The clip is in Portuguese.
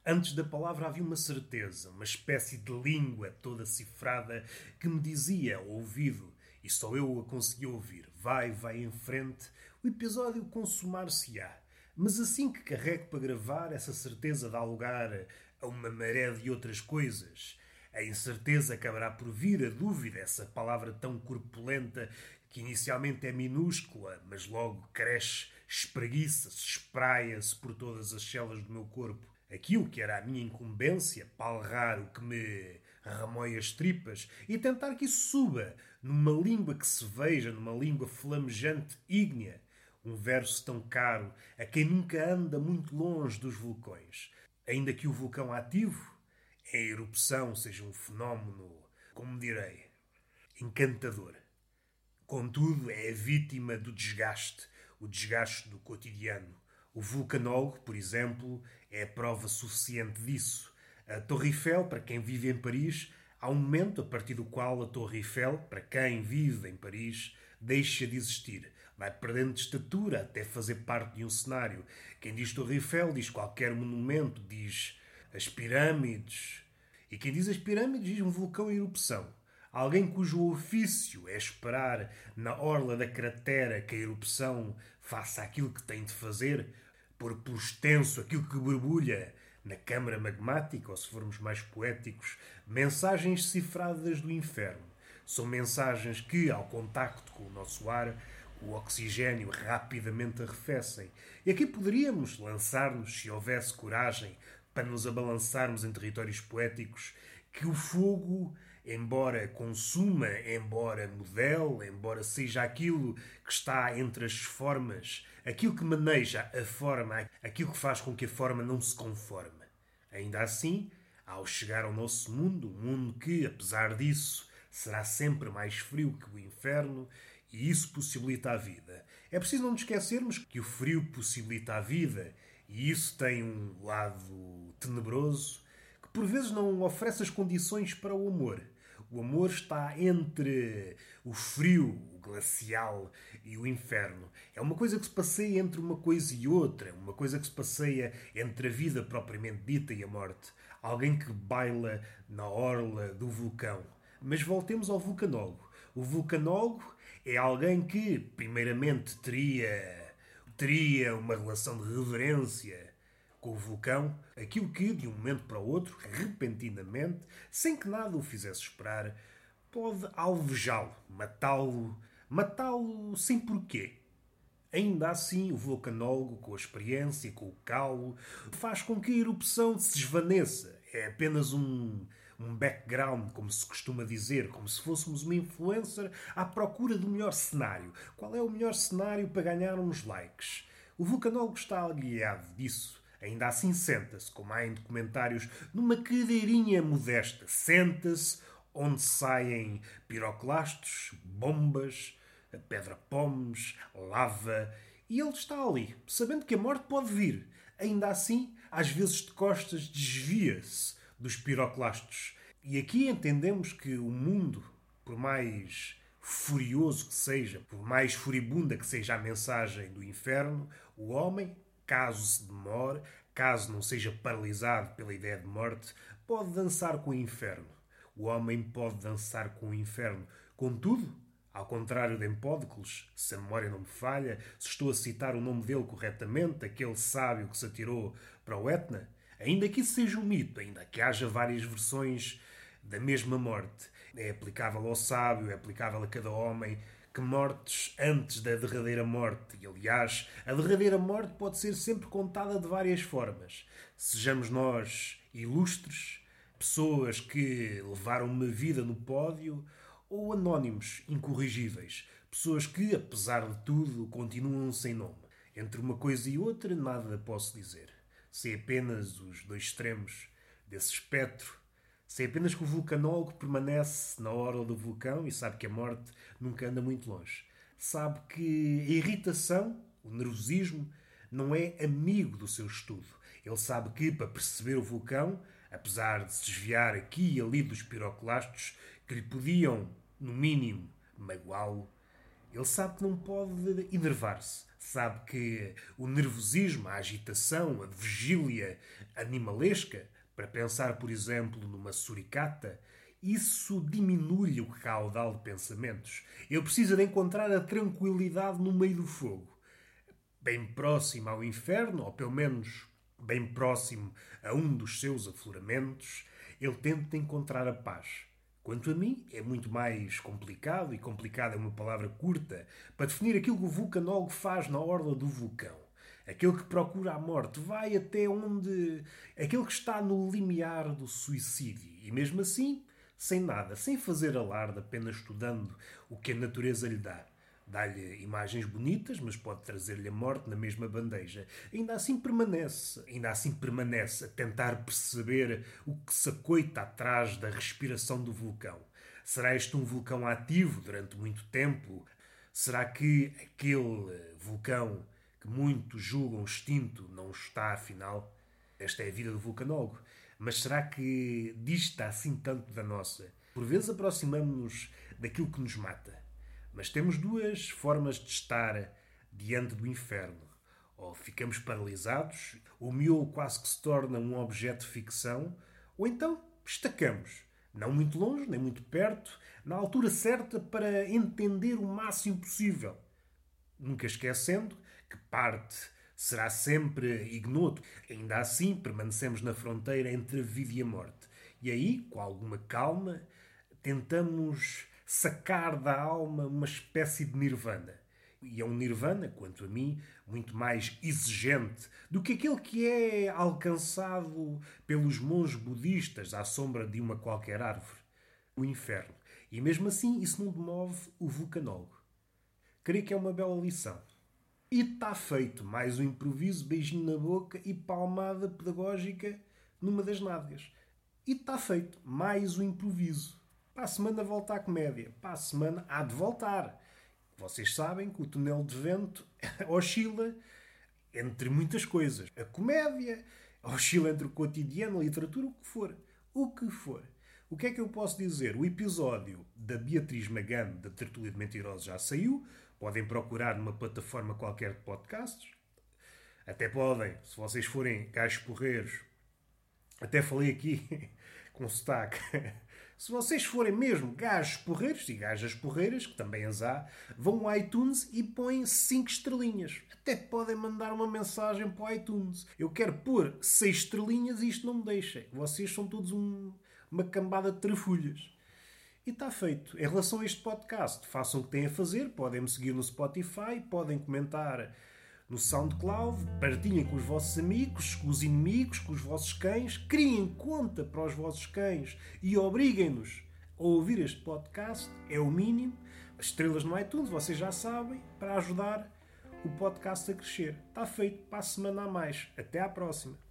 Antes da palavra havia uma certeza, uma espécie de língua toda cifrada que me dizia ao ouvido, e só eu a conseguia ouvir: vai, vai em frente, o episódio consumar-se-á. Mas assim que carrego para gravar, essa certeza dá lugar a uma maré de outras coisas. A incerteza acabará por vir, a dúvida, essa palavra tão corpulenta que inicialmente é minúscula, mas logo cresce, espreguiça-se, espraia-se por todas as células do meu corpo. Aquilo que era a minha incumbência, palrar o que me remoe as tripas e tentar que isso suba numa língua que se veja, numa língua flamejante, ígnea. Um verso tão caro a quem nunca anda muito longe dos vulcões. Ainda que o vulcão ativo, em erupção, seja um fenómeno, como direi, encantador. Contudo, é a vítima do desgaste, o desgaste do cotidiano. O vulcanólogo, por exemplo, é a prova suficiente disso. A Torre Eiffel, para quem vive em Paris, há um momento a partir do qual a Torre Eiffel, para quem vive em Paris, deixa de existir. Vai perdendo de estatura até fazer parte de um cenário. Quem diz Torre Eiffel diz qualquer monumento, diz as pirâmides. E quem diz as pirâmides diz um vulcão em erupção. Alguém cujo ofício é esperar na orla da cratera que a erupção faça aquilo que tem de fazer, pôr por extenso aquilo que borbulha na câmara magmática, ou se formos mais poéticos, mensagens cifradas do inferno. São mensagens que, ao contacto com o nosso ar, o oxigênio rapidamente arrefecem. E aqui poderíamos lançar-nos, se houvesse coragem, para nos abalançarmos em territórios poéticos, que o fogo, embora consuma, embora modele, embora seja aquilo que está entre as formas, aquilo que maneja a forma, aquilo que faz com que a forma não se conforme. Ainda assim, ao chegar ao nosso mundo, um mundo que, apesar disso, será sempre mais frio que o inferno, e isso possibilita a vida. É preciso não nos esquecermos que o frio possibilita a vida, e isso tem um lado tenebroso, que por vezes não oferece as condições para o amor. O amor está entre o frio, o glacial e o inferno. É uma coisa que se passeia entre uma coisa e outra, uma coisa que se passeia entre a vida propriamente dita e a morte. Alguém que baila na orla do vulcão. Mas voltemos ao vulcanólogo. O vulcanólogo é alguém que, primeiramente, teria uma relação de reverência com o vulcão, aquilo que, de um momento para o outro, repentinamente, sem que nada o fizesse esperar, pode alvejá-lo, matá-lo sem porquê. Ainda assim, o vulcanólogo, com a experiência, com o calo, faz com que a erupção se esvaneça. É apenas um background, como se costuma dizer, como se fôssemos uma influencer à procura do melhor cenário. Qual é o melhor cenário para ganhar uns likes? O vulcanólogo está aliado disso. Ainda assim senta-se, como há em documentários, numa cadeirinha modesta. Senta-se onde saem piroclastos, bombas, pedra-pomes, lava. E ele está ali, sabendo que a morte pode vir. Ainda assim, às vezes de costas, desvia-se dos piroclastos. E aqui entendemos que o mundo, por mais furioso que seja, por mais furibunda que seja a mensagem do inferno, o homem, caso se demore, caso não seja paralisado pela ideia de morte, pode dançar com o inferno. O homem pode dançar com o inferno. Contudo, ao contrário de Empódocles, se a memória não me falha, se estou a citar o nome dele corretamente, aquele sábio que se atirou para o Etna, ainda que isso seja um mito, ainda que haja várias versões da mesma morte, é aplicável ao sábio, é aplicável a cada homem, que mortes antes da derradeira morte. E, aliás, a derradeira morte pode ser sempre contada de várias formas. Sejamos nós ilustres, pessoas que levaram uma vida no pódio, ou anónimos, incorrigíveis, pessoas que, apesar de tudo, continuam sem nome. Entre uma coisa e outra, nada posso dizer. Sei apenas os dois extremos desse espectro. Sei apenas que o vulcanólogo permanece na orla do vulcão e sabe que a morte nunca anda muito longe. Sabe que a irritação, o nervosismo, não é amigo do seu estudo. Ele sabe que, para perceber o vulcão, apesar de se desviar aqui e ali dos piroclastos que lhe podiam, no mínimo, magoá-lo, Ele sabe que não pode enervar-se. Sabe que o nervosismo, a agitação, a vigília animalesca, para pensar, por exemplo, numa suricata, isso diminui o caudal de pensamentos. Ele precisa de encontrar a tranquilidade no meio do fogo. Bem próximo ao inferno, ou pelo menos bem próximo a um dos seus afloramentos, ele tenta encontrar a paz. Quanto a mim, é muito mais complicado, e complicado é uma palavra curta, para definir aquilo que o vulcanólogo faz na orla do vulcão. Aquele que procura a morte, vai até onde... Aquele que está no limiar do suicídio. E mesmo assim, sem nada, sem fazer alarde, apenas estudando o que a natureza lhe dá. Dá-lhe imagens bonitas, mas pode trazer-lhe a morte na mesma bandeja. Ainda assim permanece a tentar perceber o que se acoita atrás da respiração do vulcão. Será este um vulcão ativo durante muito tempo? Será que aquele vulcão que muitos julgam extinto não está, afinal? Esta é a vida do vulcanólogo. Mas será que dista assim tanto da nossa? Por vezes aproximamos-nos daquilo que nos mata. Mas temos duas formas de estar diante do inferno. Ou ficamos paralisados, o miolo quase que se torna um objeto de ficção, ou então estacamos, não muito longe, nem muito perto, na altura certa para entender o máximo possível. Nunca esquecendo que parte será sempre ignoto. Ainda assim, permanecemos na fronteira entre a vida e a morte. E aí, com alguma calma, tentamos sacar da alma uma espécie de nirvana. E é um nirvana, quanto a mim, muito mais exigente do que aquele que é alcançado pelos monges budistas à sombra de uma qualquer árvore. O inferno. E mesmo assim, isso não demove o vulcanólogo. Creio que é uma bela lição. E está feito mais um improviso, beijinho na boca e palmada pedagógica numa das nádegas. E está feito mais um improviso. Para a semana volta à comédia. Para a semana há de voltar. Vocês sabem que o túnel de vento oscila entre muitas coisas. A comédia oscila entre o cotidiano, a literatura, o que for. O que for. O que é que eu posso dizer? O episódio da Beatriz Magano, da Tertúlia de Mentirosos, já saiu. Podem procurar numa plataforma qualquer de podcasts. Até podem, se vocês forem gajos porreiros. Até falei aqui com sotaque. Se vocês forem mesmo gajos porreiros e gajas porreiras, que também as há, vão ao iTunes e põem 5 estrelinhas. Até podem mandar uma mensagem para o iTunes. Eu quero pôr 6 estrelinhas e isto não me deixa. Vocês são todos uma cambada de trafulhas. E está feito. Em relação a este podcast, façam o que têm a fazer. Podem-me seguir no Spotify, podem comentar no SoundCloud, partilhem com os vossos amigos, com os inimigos, com os vossos cães, criem conta para os vossos cães e obriguem-nos a ouvir este podcast, é o mínimo. As estrelas no iTunes, vocês já sabem, para ajudar o podcast a crescer. Está feito, para a semana a mais. Até à próxima.